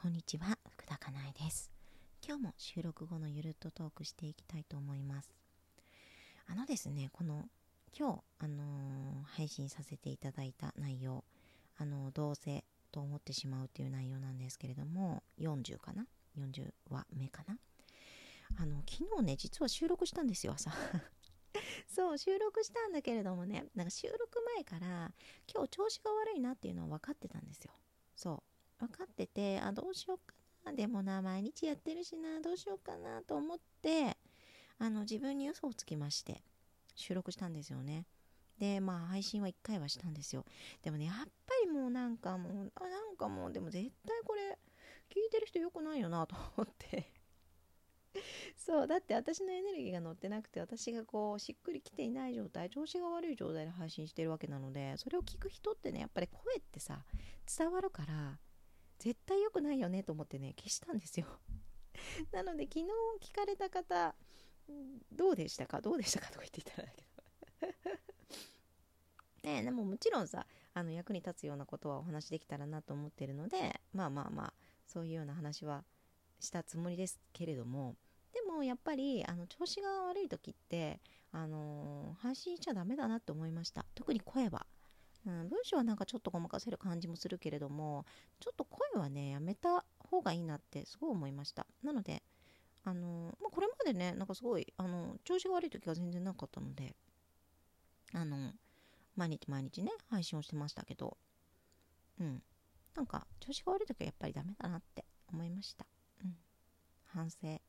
こんにちは、福田かなえです。今日も収録後のゆるっとトークしていきたいと思います。ですね、今日、配信させていただいた内容、どうせと思ってしまうという内容なんですけれども、40かな ?40 話目かな。昨日ね、実は収録したんですよ、朝。そう、収録したんだけれどもね、なんか収録前から今日調子が悪いなっていうのは分かってたんですよ。そう、分かってて、どうしようかな、でもな、毎日やってるしな、どうしようかなと思って、自分に嘘をつきまして収録したんですよね。で、まあ配信は1回はしたんですよ。でもね、やっぱりもうなんかもうでも絶対これ聞いてる人よくないよなと思ってそうだって私のエネルギーが乗ってなくて、私がこうしっくりきていない状態、調子が悪い状態で配信してるわけなので、それを聞く人ってね、やっぱり声ってさ伝わるから絶対良くないよねと思ってね、消したんですよ。なので昨日聞かれた方、どうでしたかとか言っていただけどね。でももちろんさ、役に立つようなことはお話できたらなと思ってるので、まあそういうような話はしたつもりですけれども、でもやっぱり調子が悪い時って、配信しちゃダメだなって思いました。特に声は、文章はなんかちょっとごまかせる感じもするけれども、ちょっと声はねやめた方がいいなってすごい思いました。なのでこれまでね、なんかすごい調子が悪い時は全然なかったので、あの毎日毎日ね配信をしてましたけど、なんか調子が悪い時はやっぱりダメだなって思いました。反省。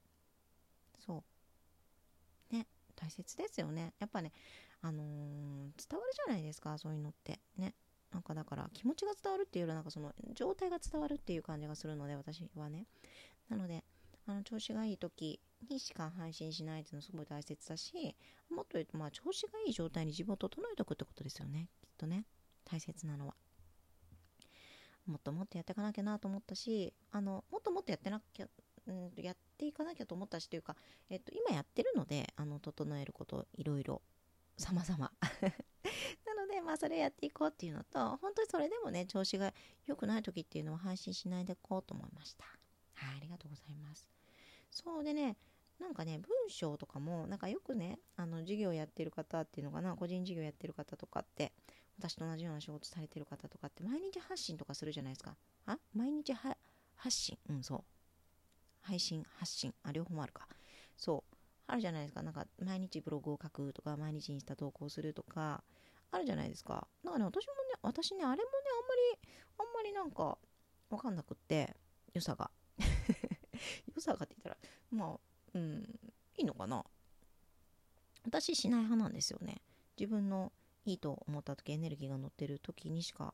そうね、大切ですよね、やっぱね。伝わるじゃないですか、そういうのってね。なんかだから気持ちが伝わるっていうよりなんかその状態が伝わるっていう感じがするので、私はね。なので調子がいい時にしか配信しないっていうのはすごい大切だし、もっと言うと調子がいい状態に自分を整えておくってことですよね、きっとね。大切なのはもっともっとやっていかなきゃなと思ったし、もっともっとやってなきゃ、やっていかなきゃと思ったしというか、今やってるので、整えることいろいろ様々なので、それやっていこうっていうのと、本当にそれでもね調子が良くない時っていうのは配信しないでいこうと思いました。はい、ありがとうございます。そうでね、なんかね、文章とかもなんかよくね、授業やってる方っていうのかな、個人事業やってる方とかって、私と同じような仕事されてる方とかって毎日発信とかするじゃないですか。毎日発信、そう、配信発信、両方もあるか。そうあるじゃないですか。なんか毎日ブログを書くとか、毎日インスタ投稿するとかあるじゃないですか。なんかね、私ね、あれもね、あんまりなんかわかんなくって、良さが良さがって言ったら、まあいいのかな。私しない派なんですよね。自分のいいと思った時、エネルギーが乗ってる時にしか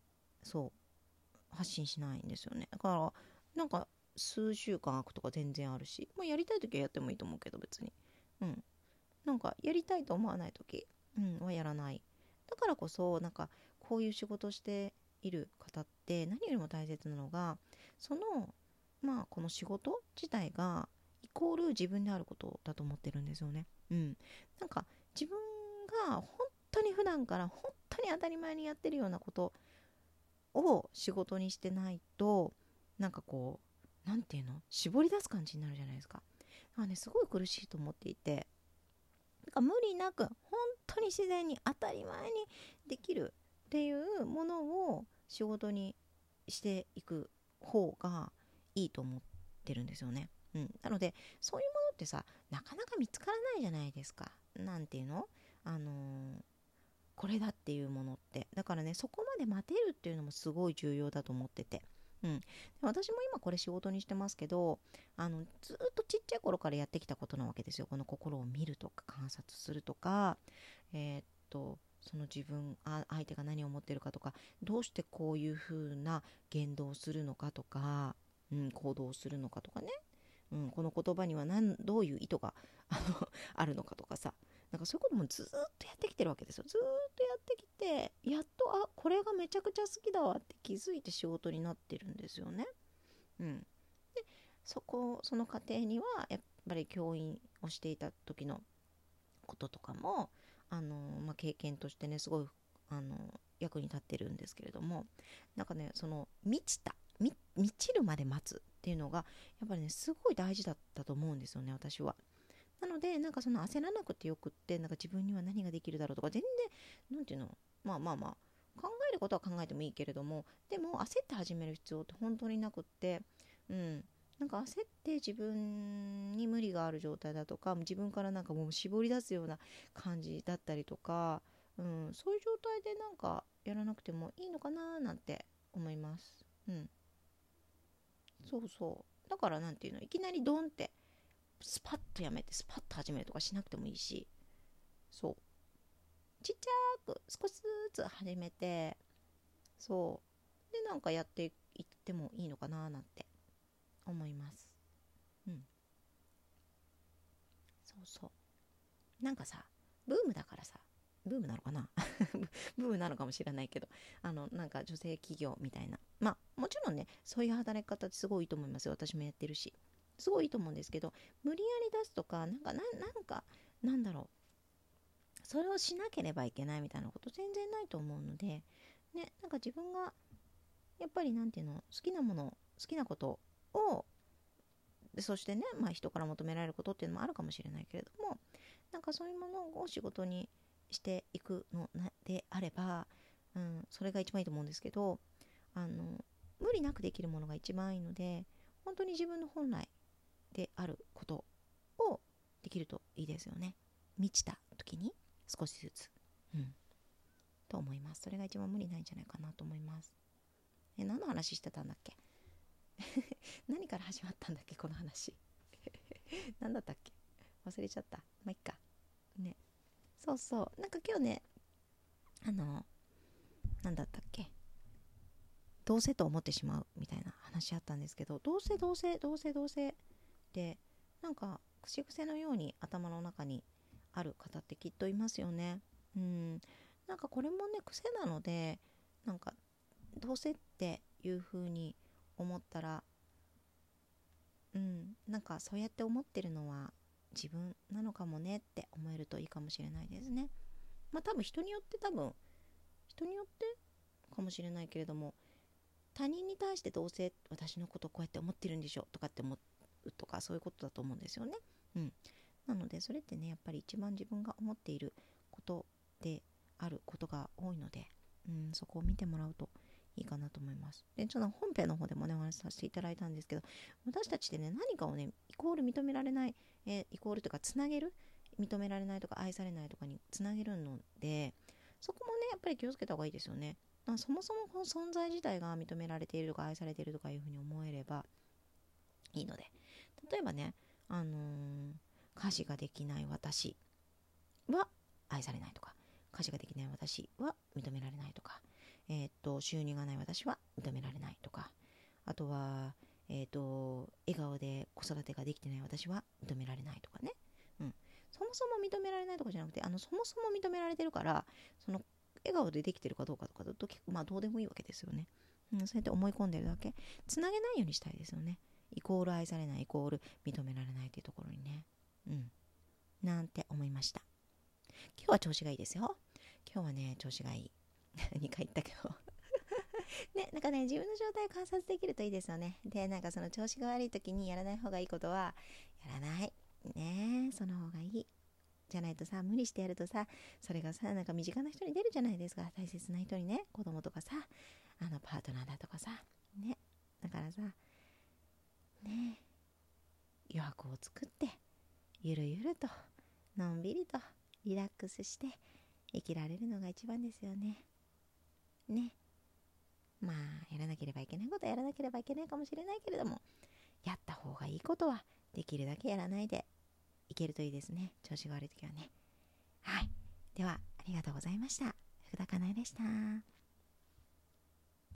発信しないんですよね。だからなんか数週間空くとか全然あるし、やりたい時はやってもいいと思うけど、別になんかやりたいと思わない時、はやらない。だからこそなんかこういう仕事をしている方って何よりも大切なのが、そのこの仕事自体がイコール自分であることだと思ってるんですよね。なんか自分が本当に普段から本当に当たり前にやってるようなことを仕事にしてないと、なんかこう、なんていうの、絞り出す感じになるじゃないですか。だからね、すごい苦しいと思っていて、なんか無理なく本当に自然に当たり前にできるっていうものを仕事にしていく方がいいと思ってるんですよね。なのでそういうものってさ、なかなか見つからないじゃないですか。なんていうの、これだっていうものって。だからね、そこまで待てるっていうのもすごい重要だと思ってて、で私も今これ仕事にしてますけど、ずっとちっちゃい頃からやってきたことなわけですよ。この心を見るとか観察するとか、その相手が何を思ってるかとか、どうしてこういう風な言動をするのかとか、行動をするのかとかね、この言葉にはどういう意図があるのかとかさ、なんかそういうこともずっとやってきてるわけですよ。ずっとやってきて、やっとこれがめちゃくちゃ好きだわって気づいて仕事になってるんですよね。でその過程にはやっぱり教員をしていた時のこととかも経験としてね、すごい役に立ってるんですけれども、なんかね、その満ちた満ちるまで待つっていうのがやっぱりねすごい大事だったと思うんですよね、私は。なのでなんかその焦らなくてよくって、なんか自分には何ができるだろうとか全然なんていうの、まあまあまあ考えることは考えてもいいけれども、でも焦って始める必要って本当になくって、なんか焦って自分に無理がある状態だとか、自分からなんかもう絞り出すような感じだったりとか、そういう状態でなんかやらなくてもいいのかななんて思います。そうそう。だからなんていうの、いきなりドンってスパッとやめてスパッと始めるとかしなくてもいいし、そうちっちゃく少しずつ始めて、そうでなんかやっていってもいいのかななんて思います。そうそう。なんかさ、ブームだからさ、ブームなのかなブームなのかもしれないけど、なんか女性企業みたいな、まあもちろんねそういう働き方ってすごいいいと思いますよ。私もやってるしすごいいいと思うんですけど、無理やり出すとかなんかなんだろう、それをしなければいけないみたいなこと全然ないと思うのでね、なんか自分がやっぱりなんていうの、好きなもの好きなことを、でそしてね、まあ人から求められることっていうのもあるかもしれないけれども、なんかそういうものを仕事にしていくのであれば、それが一番いいと思うんですけど、無理なくできるものが一番いいので、本当に自分の本来であることをできるといいですよね。満ちた時に少しずつ、と思います。それが一番無理ないんじゃないかなと思います。何の話してたんだっけ何から始まったんだっけこの話何だったっけ、忘れちゃった。まあいっかね。そうそう、なんか今日ね、何だったっけ、どうせと思ってしまうみたいな話あったんですけど、どうせで、なんか口癖のように頭の中にある方ってきっといますよね。なんかこれもね癖なので、なんかどうせっていう風に思ったら、なんかそうやって思ってるのは自分なのかもねって思えるといいかもしれないですね。まあ多分人によってかもしれないけれども、他人に対してどうせ私のことこうやって思ってるんでしょとかって思うとか、そういうことだと思うんですよね。なのでそれってねやっぱり一番自分が思っていることであることが多いので、そこを見てもらうといいかなと思います。でちょっと本編の方でもねお話しさせていただいたんですけど、私たちってね何かをねイコール認められない、イコールというかつなげる、認められないとか愛されないとかにつなげるので、そこもねやっぱり気をつけた方がいいですよね。そもそもこの存在自体が認められているとか愛されているとかいうふうに思えればいいので、例えばね、家事ができない私は愛されないとか、家事ができない私は認められないとか、収入がない私は認められないとか、あとは、笑顔で子育てができてない私は認められないとかね、そもそも認められないとかじゃなくて、そもそも認められてるから、その笑顔でできてるかどうかとかだと結構まあどうでもいいわけですよね。そうやって思い込んでるだけ、つなげないようにしたいですよね。イコール愛されないイコール認められないというところにね、なんて思いました。今日は調子がいいですよ。今日はね調子がいい2回言ったけどね、なんかね自分の状態を観察できるといいですよね。でなんかその調子が悪い時にやらない方がいいことはやらないね、その方がいい。じゃないとさ、無理してやるとさ、それがさなんか身近な人に出るじゃないですか。大切な人にね、子供とかさ、パートナーだとかさね。だからさね、余白を作ってゆるゆるとのんびりとリラックスして生きられるのが一番ですよね。まあやらなければいけないことはやらなければいけないかもしれないけれども、やった方がいいことはできるだけやらないでいけるといいですね。調子が悪い時はね。はい、ではありがとうございました。福田かなえでした。